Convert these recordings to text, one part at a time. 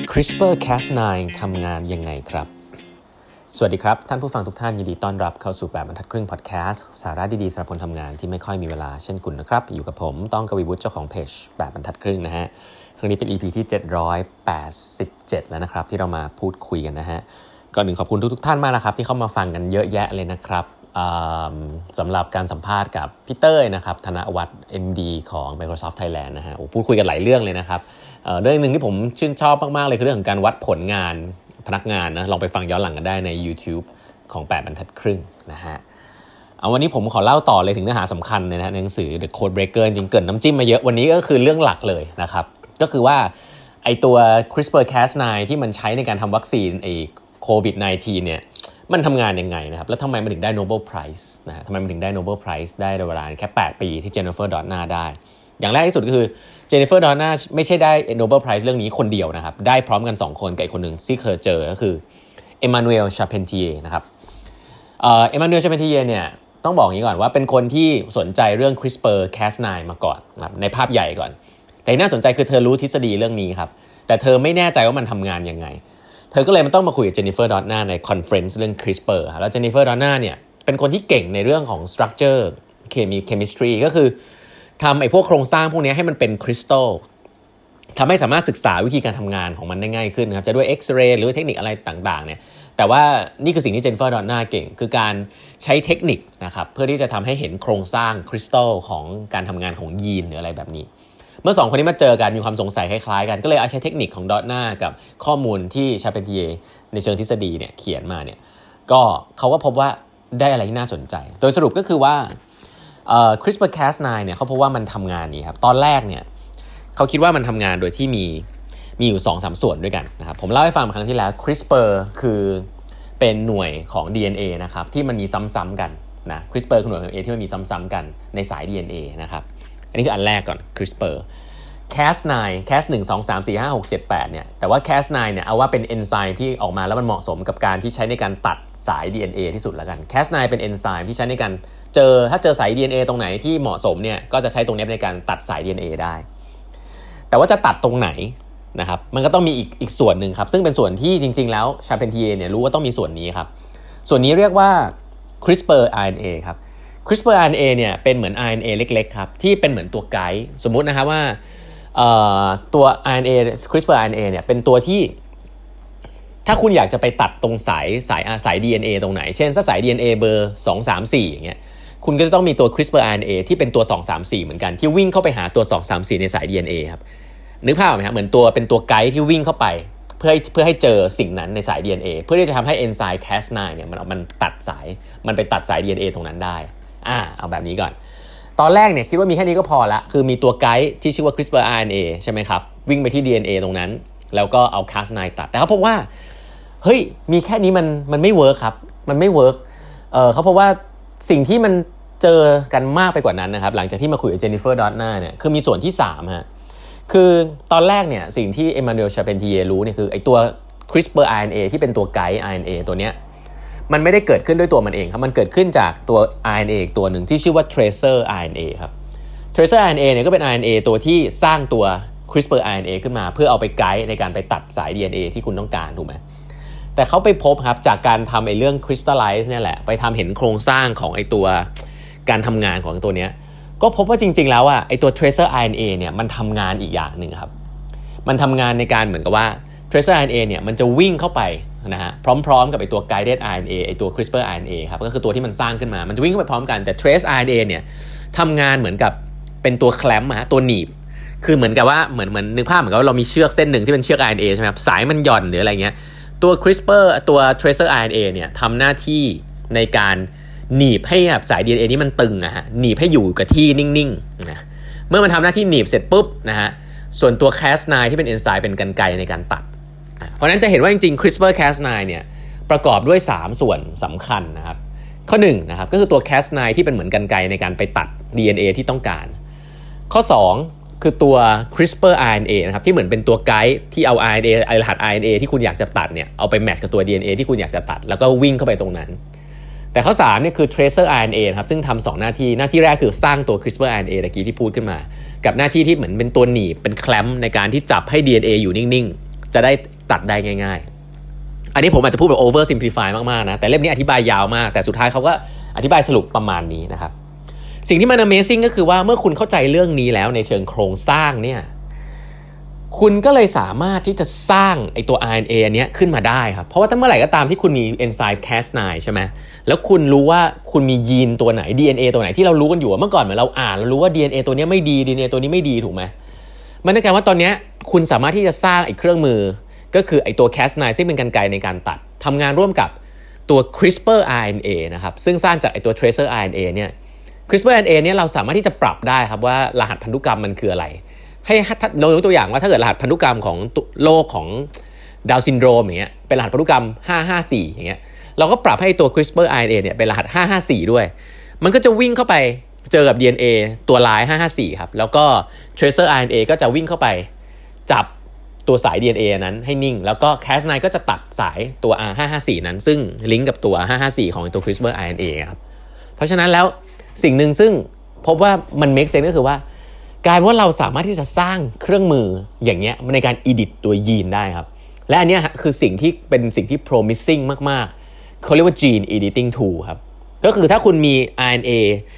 CRISPR-Cas9 ทำงานยังไงครับสวัสดีครับท่านผู้ฟังทุกท่านยินดีต้อนรับเข้าสู่8บรรทัดครึ่งพอดแคสต์สาระดีๆสำหรับคนทำงานที่ไม่ค่อยมีเวลาเช่นคุณนะครับอยู่กับผมต้องกวีวุฒิเจ้าของเพจ8บรรทัดครึ่งนะฮะครั้งนี้เป็น EP ที่787แล้วนะครับที่เรามาพูดคุยกันนะฮะก่อนอื่นขอบคุณทุกท่านมากนะครับที่เข้ามาฟังกันเยอะแยะเลยนะครับสำหรับการสัมภาษณ์กับพี่เต้ยนะครับธนวัฒน์ MD ของ Microsoft Thailand นะฮะพูดคุยกันหลายเรื่องเลยนะครับเรื่องนึงที่ผมชื่นชอบมากๆเลยคือเรื่องของการวัดผลงานพนักงานนะลองไปฟังย้อนหลังกันได้ใน YouTube ของ8บรรทัดครึ่งนะฮะวันนี้ผมขอเล่าต่อเลยถึงเนื้อหาสำคัญในหนังสือ The Code Breaker จริงๆเกินน้ำจิ้มมาเยอะวันนี้ก็คือเรื่องหลักเลยนะครับก็คือว่าไอตัว CRISPR-Cas9 ที่มันใช้ในการทำวัคซีนไอโควิด -19 เนี่ยมันทำงานยังไงนะครับแล้วทำไมมันถึงได้ Nobel Prize นะฮะทำไมมันถึงได้ Nobel Prize ได้ในเวลาแค่8ปีที่ Jennifer Doudna ได้อย่างแรกที่สุดก็คือ Jennifer Doudna ไม่ใช่ได้ Nobel Prize เรื่องนี้คนเดียวนะครับได้พร้อมกัน2คนกับอีกคนหนึ่งที่เคยเจอก็คือ Emmanuel Charpentier นะครับEmmanuel Charpentier เนี่ยต้องบอกอย่างนี้ก่อนว่าเป็นคนที่สนใจเรื่อง CRISPR-Cas9 มาก่อนนะครับในภาพใหญ่ก่อนแต่น่าสนใจคือเธอรู้ทฤษฎีเรื่องนี้ครับแต่เธอไม่แน่ใจว่ามันทำงานยังไงเธอก็เลยมันต้องมาคุยกับ Jennifer Doudna ในคอนเฟรนซ์เรื่อง CRISPR แล้ว Jennifer Doudna เนี่ยเป็นคนที่เก่งในเรื่องของ structure chemistry ก็คือทำไอ้พวกโครงสร้างพวกนี้ให้มันเป็นคริสตัลทำให้สามารถศึกษาวิธีการทำงานของมันได้ง่ายขึ้นนะครับจะด้วยเอ็กซเรย์หรือเทคนิคอะไรต่างๆเนี่ยแต่ว่านี่คือสิ่งที่ Jennifer Doudna เก่งคือการใช้เทคนิคนะครับเพื่อที่จะทำให้เห็นโครงสร้างคริสตัลของการทำงานของยีนหรืออะไรแบบนี้เมื่อ2คนนี้มาเจอกันมีความสงสัยคล้ายๆกันก็เลยเอาใช้เทคนิคของ Doudna กับข้อมูลที่ Charpentier ในเชิงทฤษฎีเนี่ยเขียนมาเนี่ยก็เขาก็พบว่าได้อะไรที่น่าสนใจโดยสรุปก็คือว่าCRISPR-Cas9 เนี่ยเขาพบว่ามันทำงานนี้ครับตอนแรกเนี่ยเขาคิดว่ามันทำงานโดยที่มีอยู่ 2-3 ส่วนด้วยกันนะครับผมเล่าให้ฟังครั้งที่แล้ว CRISPR คือเป็นหน่วยของ DNA นะครับที่มันมีซ้ำๆกันนะ CRISPR คือหน่วยของ DNA ที่มันมีซ้ำๆกันในสาย DNA นะครับอันนี้คืออันแรกก่อน CRISPR Cas9 Cas1 2 3 4 5 6 7 8เนี่ยแต่ว่า Cas9 เนี่ยเอาว่าเป็นเอนไซม์ที่ออกมาแล้วมันเหมาะสมกับการที่ใช้ในการตัดสาย DNA ที่สุดแล้วกัน Cas9 เป็นเอนไซม์ที่ใช้ในการถ้าเจอสาย DNA ตรงไหนที่เหมาะสมเนี่ยก็จะใช้ตรงนี้ในการตัดสาย DNA ได้แต่ว่าจะตัดตรงไหนนะครับมันก็ต้องมีอีกส่วนหนึ่งครับซึ่งเป็นส่วนที่จริงๆแล้ว Charpentier เนี่ยรู้ว่าต้องมีส่วนนี้ครับส่วนนี้เรียกว่า CRISPR RNA ครับ CRISPR RNA เนี่ยเป็นเหมือน RNA เล็กๆครับที่เป็นเหมือนตัวไกด์สมมุตินะครับว่าตัว RNA CRISPR RNA เนี่ยเป็นตัวที่ถ้าคุณอยากจะไปตัดตรงสาย DNA ตรงไหนเช่นสาย DNA เบอร์2 3 4อย่างเงี้ยคุณก็จะต้องมีตัว CRISPR RNA ที่เป็นตัว2 3 4เหมือนกันที่วิ่งเข้าไปหาตัว2 3 4ในสาย DNA ครับนึกภาพไหมครับเหมือนเป็นตัวไกด์ที่วิ่งเข้าไปเพื่อให้เจอสิ่งนั้นในสาย DNA เพื่อที่จะทำให้เอนไซม์ Cas9 เนี่ยมันตัดสายมันไปตัดสาย DNA ตรงนั้นได้เอาแบบนี้ก่อนตอนแรกเนี่ยคิดว่ามีแค่นี้ก็พอละคือมีตัวไกด์ที่ชื่อว่า CRISPR RNA ใช่ไหมครับวิ่งไปที่ DNA ตรงนั้นแล้วก็เอา Cas9 ตัดแต่เขาพบว่าเฮ้ยมีแค่นี้มันไม่เวิร์คครับมันไม่เวิร์คเขาพบว่าสิ่งที่มันเจอกันมากไปกว่านั้นนะครับหลังจากที่มาคุยกับ Jennifer Doudna เนี่ยคือมีส่วนที่3ฮะคือตอนแรกเนี่ยสิ่งที่ Emmanuel Charpentier รู้เนี่ยคือไอ้ตัว CRISPR RNA ที่เป็นตัวไกด์ RNA ตัวเนี้ยมันไม่ได้เกิดขึ้นด้วยตัวมันเองครับมันเกิดขึ้นจากตัว RNA อีกตัวหนึ่งที่ชื่อว่า Tracer RNA ครับ Tracer RNA เนี่ยก็เป็น RNA ตัวที่สร้างตัว CRISPR RNA ขึ้นมาเพื่อเอาไปไกด์ในการไปตัดสาย DNA ที่คุณต้องการถูกไหมแต่เขาไปพบครับจากการทำไอ้เรื่อง crystallize เนี่ยแหละไปทำเห็นโครงสร้างของไอ้ตัวการทำงานของตัวเนี้ยก็พบว่าจริงๆแล้วไอ้ตัว tracer RNA เนี่ยมันทำงานอีกอย่างหนึ่งครับมันทำงานในการเหมือนกับว่า tracer RNA เนี่ยมันจะวิ่งเข้าไปนะฮะพร้อมๆกับไอ้ตัว guided RNA ไอ้ตัว CRISPR RNA ครับก็คือตัวที่มันสร้างขึ้นมามันจะวิ่งเข้าไปพร้อมกันแต่ trace RNA เนี่ยทำงานเหมือนกับเป็นตัวแคลมป์ตัวหนีบคือเหมือนกับว่าเหมือนนึกภาพเหมือนกับว่าเรามีเชือกเส้นหนึ่งที่เป็นเชือก RNA ใช่ไหมครับสายมันหย่อนหรืออะไรเงี้ยตัว CRISPR ตัว tracer RNA เนี่ยทำหน้าที่ในการหนีบให้แบบสาย DNA นี้มันตึงหนีบให้อยู่กับที่นิ่งๆนะเมื่อมันทำหน้าที่หนีบเสร็จปุ๊บนะฮะส่วนตัว Cas9 ที่เป็นเอนไซม์เป็นกรรไกรในการตัดเพราะนั้นจะเห็นว่าจริงๆ CRISPR-Cas9 เนี่ยประกอบด้วย3ส่วนสำคัญนะครับข้อ1นะครับก็คือตัว Cas9 ที่เป็นเหมือนกรรไกรในการไปตัด DNA ที่ต้องการข้อ2คือตัว CRISPR RNA นะครับที่เหมือนเป็นตัวไกด์ที่เอา RNA รหัส RNA ที่คุณอยากจะตัดเนี่ยเอาไปแมทช์กับตัว DNA ที่คุณอยากจะตัดแล้วก็วิ่งเข้าไปตรงนั้นแต่ข้อ3เนี่ยคือ tracer RNA ครับซึ่งทำ2หน้าที่แรกคือสร้างตัว CRISPR RNA ตะกี้ที่พูดขึ้นมากับหน้าที่ที่เหมือนเป็นตัวหนีบเป็นแคลมป์ในการที่จับให้ DNA อยู่นิ่งๆจะได้ตัดได้ง่ายๆอันนี้ผมอาจจะพูดแบบ over simplify มากๆนะแต่เล่มนี้อธิบายยาวมากแต่สุดท้ายเขาก็อธิบายสรุปประมาณนี้นะครับสิ่งที่มัน amazing ก็คือว่าเมื่อคุณเข้าใจเรื่องนี้แล้วในเชิงโครงสร้างเนี่ยคุณก็เลยสามารถที่จะสร้างไอตัว RNA อันเนี้ยขึ้นมาได้ครับเพราะว่าถ้าเมื่อไหร่ก็ตามที่คุณมีเอนไซม์ Cas9 ใช่ไหมแล้วคุณรู้ว่าคุณมียีนตัวไหน DNA ตัวไหนที่เรารู้กันอยู่เมื่อก่อนเหมือนเราอ่านเรารู้ว่า DNA ตัวนี้ไม่ดี DNA ตัวนี้ไม่ดีถูกไหมมันนั่นแปลว่าตอนนี้คุณสามารถที่จะสร้างไอ้เครื่องมือก็คือไอ้ตัว Cas9 ซึ่งเป็นกรรไกรในการตัดทำงานร่วมกับตัว CRISPR RNA นะครับซึ่งสร้างจากไอ้ตัว tracer RNA เนี่ย CRISPR RNA เนี่ยเราสามารถที่จะปรับได้ครับว่ารหัสพันธุกรรมมันคืออะไรให้เรายกตัวอย่างว่าถ้าเกิดรหัสพันธุกรรมของโรคของดาวน์ซินโดรมอย่างเงี้ยเป็นรหัสพันธุกรรม554อย่างเงี้ยเราก็ปรับให้ตัว CRISPR RNA เนี่ยเป็นรหัส554ด้วยมันก็จะวิ่งเข้าไปเจอกับ DNA ตัวลาย554ครับแล้วก็ tracer RNA ก็จะวิ่งเข้าไปจับตัวสาย DNA นั้นให้นิ่งแล้วก็ Cas9 ก็จะตัดสายตัว R554 นั้นซึ่งลิงก์กับตัว554ของตัว CRISPR RNA ครับเพราะฉะนั้นแล้วสิ่งหนึ่งซึ่งพบว่ามัน make sense ก็คือว่ากลายว่าเราสามารถที่จะสร้างเครื่องมืออย่างเงี้ยในการ edit ตัวยีนได้ครับและอันเนี้ยคือสิ่งที่เป็นสิ่งที่ promising มากๆเขาเรียกว่า gene editing tool ครับก็คือถ้าคุณมี RNA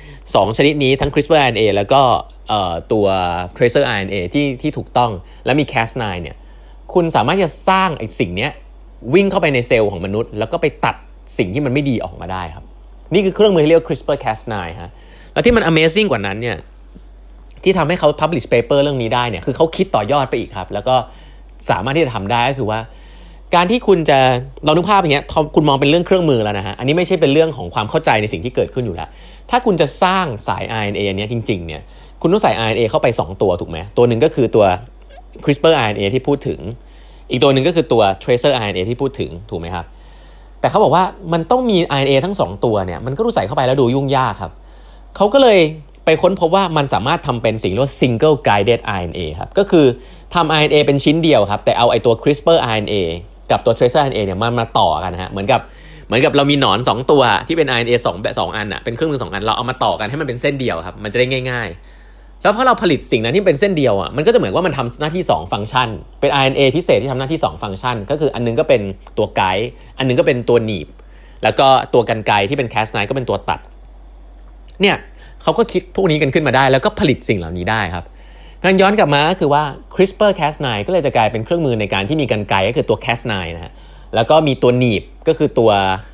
2 ชนิดนี้ทั้ง CRISPR RNA แล้วก็ตัว tracer RNA ที่ถูกต้องและมี Cas9 เนี่ยคุณสามารถจะสร้างไอ้สิ่งเนี้ยวิ่งเข้าไปในเซลล์ของมนุษย์แล้วก็ไปตัดสิ่งที่มันไม่ดีออกมาได้ครับนี่คือเครื่องมือที่เรียกว่า CRISPR-Cas9 ฮะแล้วที่มัน amazing กว่านั้นเนี่ยที่ทำให้เขา publish paper เรื่องนี้ได้เนี่ยคือเขาคิดต่อยอดไปอีกครับแล้วก็สามารถที่จะทำได้ก็คือว่าการที่คุณจะเรานึกภาพอย่างเงี้ยคุณมองเป็นเรื่องเครื่องมือแล้วนะฮะอันนี้ไม่ใช่เป็นเรื่องของความเข้าใจในสิ่งที่เกิดขึ้นอยู่แล้วถ้าคุณจะสร้างสาย RNA อันนี้จริงๆเนี่ยคุณต้องใส่ RNA เข้าไป2ตัวถูกไหมตัวหนึ่งก็คือตัว CRISPR RNA ที่พูดถึงอีกตัวหนึ่งก็คือตัว tracer RNA ที่พูดถึงถูกไหมครับแต่เขาบอกว่ามันต้องมี RNA ทั้ง2ตัวเนี่ยมันก็ดูใส่เข้าไปแล้วดูยุ่งยากครับเขาก็เลยไปค้นพบว่ามันสามารถทำเป็นสิ่งเรียกว่า single guided RNA ครับก็คือทำ RNA เป็นชิ้นเดียวครับแต่เอาไอตัว CRISPR RNA กับตัว tracer RNA เนี่ยมาต่อกันนะฮะเหมือนกับเรามีหนอน2ตัวที่เป็น RNA 2อันน่ะเป็นเครื่องมือ2อันเราเอามาต่อกันให้มันเป็นเส้นเดียวครับมันจะได้ง่ายๆแล้วพอเราผลิตสิ่งนั้นที่เป็นเส้นเดียวอ่ะมันก็จะเหมือนว่ามันทำหน้าที่2ฟังก์ชันเป็น RNA พิเศษที่ทำหน้าที่2ฟังก์ชันก็คืออันนึงก็เป็นตัวไกด์อันนึงก็เป็นตัวหนีบแล้วก็ตัวกรรไกรที่เป็น Cas9 ก็เป็นตัวตัดเนี่ยเขาก็คิดพวกนี้กันขึ้นมาได้แล้วก็ผลิตสิ่งเหล่านี้ได้ครับงั้นย้อนกลับมาก็คือว่า CRISPR-Cas9 ก็เลยจะกลายเป็นเครื่องมือในการที่มีกรรไกรก็คือตัว Cas9 นะฮะแล้วก็มีตัวหนีบก็คือตัว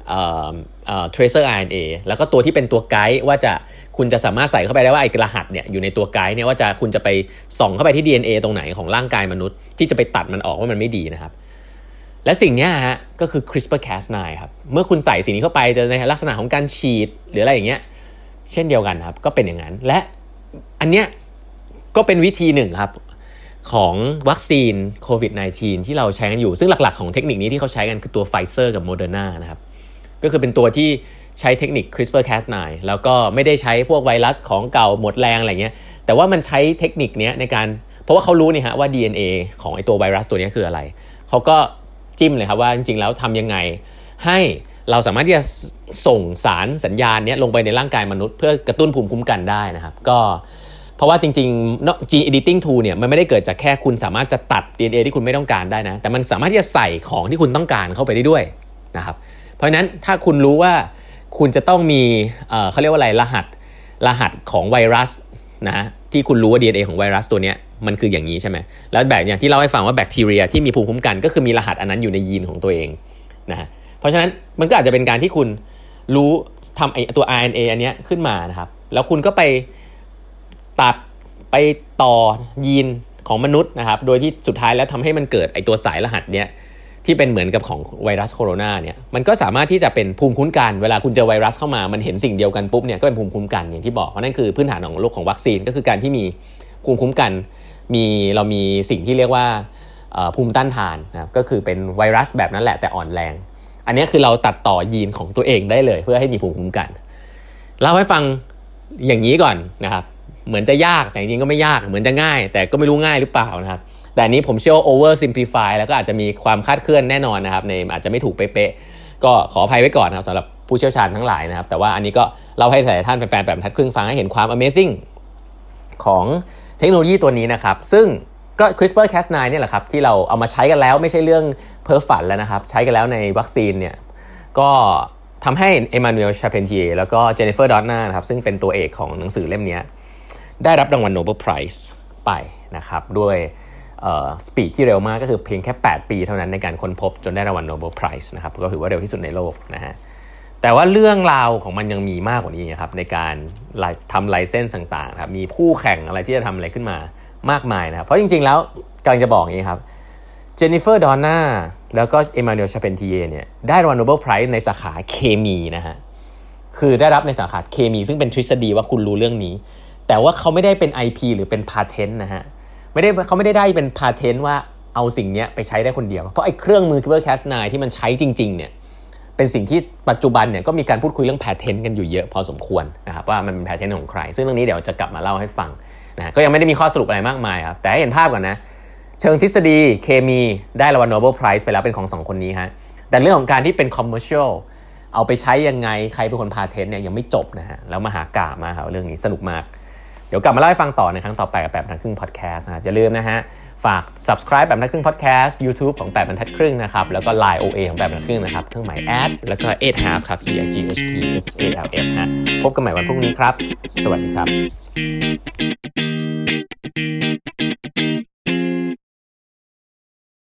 tracer RNA แล้วก็ตัวที่เป็นตัวไกด์ว่าคุณจะสามารถใส่เข้าไปได้ว่าไอ้รหัสเนี่ยอยู่ในตัวไกด์เนี่ยว่าคุณจะไปส่องเข้าไปที่ DNA ตรงไหนของร่างกายมนุษย์ที่จะไปตัดมันออกว่ามันไม่ดีนะครับและสิ่งนี้ฮะก็คือ CRISPR-Cas9 ครับเมื่อคุณใส่สิ่งนี้เข้าไปจะในลักษณะของการฉีดหรืออะไรอย่างเงี้ยเช่นเดียวกันครับก็เป็นอย่างนั้นและอันเนี้ยก็เป็นวิธีหนึ่งครับของวัคซีนโควิด -19 ที่เราใช้กันอยู่ซึ่งหลักๆของเทคนิคนี้ที่เขาใช้กันคือตัว Pfizer กับ Moderna นะครับก็คือเป็นตัวที่ใช้เทคนิค CRISPR-Cas9 แล้วก็ไม่ได้ใช้พวกไวรัสของเก่าหมดแรงอะไรเงี้ยแต่ว่ามันใช้เทคนิคนี้ในการเพราะว่าเขารู้นี่ฮะว่า DNA ของไอตัวไวรัสตัวนี้คืออะไรเขาก็จิ้มเลยครับว่าจริงๆแล้วทำยังไงให้เราสามารถที่จะส่งสารสัญญาณนี้ลงไปในร่างกายมนุษย์เพื่อกระตุ้นภูมิคุ้มกันได้นะครับก็เพราะว่าจริงๆ gene editing tool เนี่ยมันไม่ได้เกิดจากแค่คุณสามารถจะตัด DNA ที่คุณไม่ต้องการได้นะแต่มันสามารถที่จะใส่ของที่คุณต้องการเข้าไปได้ด้วยนะครับเพราะฉะนั้นถ้าคุณรู้ว่าคุณจะต้องมีเขาเรียกว่าอะไรรหัสของไวรัสนะที่คุณรู้ว่า DNA ของไวรัสตัวเนี้ยมันคืออย่างนี้ใช่ไหมแล้วแบบอย่างที่เล่าให้ฟังว่าแบคทีเรียที่มีภูมิคุ้มกันก็คือมีรหัสอันนั้นอยู่ในยีนของตัวเองนะฮะเพราะฉะนั้นมันก็อาจจะเป็นการที่คุณรู้ทำไอตัว RNA อันเนี้ยขึ้นมานะครับแล้วคุณก็ไปตัดไปต่อยีนของมนุษย์นะครับโดยที่สุดท้ายแล้วทำให้มันเกิดไอตัวสายรหัสเนี้ยที่เป็นเหมือนกับของไวรัสโคโรนาเนี่ยมันก็สามารถที่จะเป็นภูมิคุ้มกันเวลาคุณเจอไวรัสเข้ามามันเห็นสิ่งเดียวกันปุ๊บเนี่ยก็เป็นภูมิคุ้มกันอย่างที่บอกเพราะนั่นคือพื้นฐานของโรคของวัคซีนก็คือการที่มีภูมิคุ้มกันเรามีสิ่งที่เรียกว่าภูมิต้านทานนะครับก็คือเป็นไวรัสแบบนั้นแหละแต่อ่อนแรงอันนี้คือเราตัดต่อยีนของตัวเองได้เลยเพื่อให้มีภูมิคุ้มกันเล่าให้ฟังอย่างนี้ก่อนนะครับเหมือนจะยากแต่จริงๆก็ไม่ยากเหมือนจะง่ายแต่ก็ไม่รู้ง่ายหรือเปล่านะครับแต่อันนี้ผมเชื่อว่า over simplify แล้วก็อาจจะมีความคลาดเคลื่อนแน่นอนนะครับในอาจจะไม่ถูกเป๊ะๆก็ขออภัยไว้ก่อนนะครับสำหรับผู้เชี่ยวชาญทั้งหลายนะครับแต่ว่าอันนี้ก็เล่าให้หลายท่านแฟนๆแบบทัดครึ่งฟังให้เห็นความ amazing ของเทคโนโลยีตัวนี้นะครับซึ่งก็ CRISPR-Cas9 เนี่ยแหละครับที่เราเอามาใช้กันแล้วไม่ใช่เรื่องเพ้อฝันแล้วนะครับใช้กันแล้วในวัคซีนเนี่ยก็ทำให้เอมานูเอล ชาเพนติเยร์แล้วก็เจนนิเฟอร์ ดอนนานะครับซึ่งเป็นตัวเอกของหนังสือเล่มนี้ได้รับรางวัลโนเบลไพรส์ไปนะครับด้วยสปีดที่เร็วมากก็คือเพียงแค่8ปีเท่านั้นในการค้นพบจนได้รางวัลโนเบลไพรส์นะครับก็ถือว่าเร็วที่สุดในโลกนะฮะแต่ว่าเรื่องราวของมันยังมีมากกว่านี้ครับในการทำไลเซนส์ต่างๆครับมีคู่แข่งอะไรที่จะทำอะไรขึ้นมามากมายนะครับเพราะจริงๆแล้วกำลังจะบอกอย่างนี้ครับเจนนิเฟอร์ ดอนนาแล้วก็เอมานูเอล ชาเพนติเยร์เนี่ยได้รางวัลโนเบลไพรส์ในสาขาเคมีนะฮะคือได้รับในสาขาเคมีซึ่งเป็นทฤษฎีว่าคุณรู้เรื่องนี้แต่ว่าเขาไม่ได้เป็น IP หรือเป็นพาเทนต์นะฮะเขาไม่ได้เป็นพาเทนต์ว่าเอาสิ่งนี้ไปใช้ได้คนเดียวเพราะไอ้เครื่องมือ CRISPR-Cas9 ที่มันใช้จริงๆเนี่ยเป็นสิ่งที่ปัจจุบันเนี่ยก็มีการพูดคุยเรื่องพาเทนต์กันอยู่เยอะพอสมควรนะครับว่ามันเป็นพาเทนต์ของใครซึ่งเรื่องนี้เดี๋ยวจะกลับมาเล่าให้ฟังนะก็ยังไม่ได้มีข้อสรุปอะไรมากมายครับแต่ให้เห็นภาพก่อนนะเชิงทฤษฎีเคมีได้รางวัลโนเบลไพรส์ไปแล้วเป็นของ2คนนี้ฮะแต่เรื่องของการที่เป็นคอมเมอร์เชียลเอาไปใช้ยังไงใครเป็นคนพาเทนต์เนี่ยยังไม่จบนะฮะแล้วมหากาพย์มาครับเรื่องนี้สนุกมากเดี๋ยวกลับมาเล่าให้ฟังต่อในครั้งต่อไปกับ8 บรรทัดครึ่งพอดแคสต์นะครับอย่าลืมนะฮะฝาก subscribe 8 บรรทัดครึ่งพอดแคสต์ YouTube ของ8 บรรทัดครึ่งนะครับแล้วก็ Line OA ของ8 บรรทัดครึ่งนะครับเครื่องหมาย @ แล้วก็ 8half ครับ EIGHTHALF ฮะพบกันใหม่วันพรุ่งนี้ครับสวัสดีครับ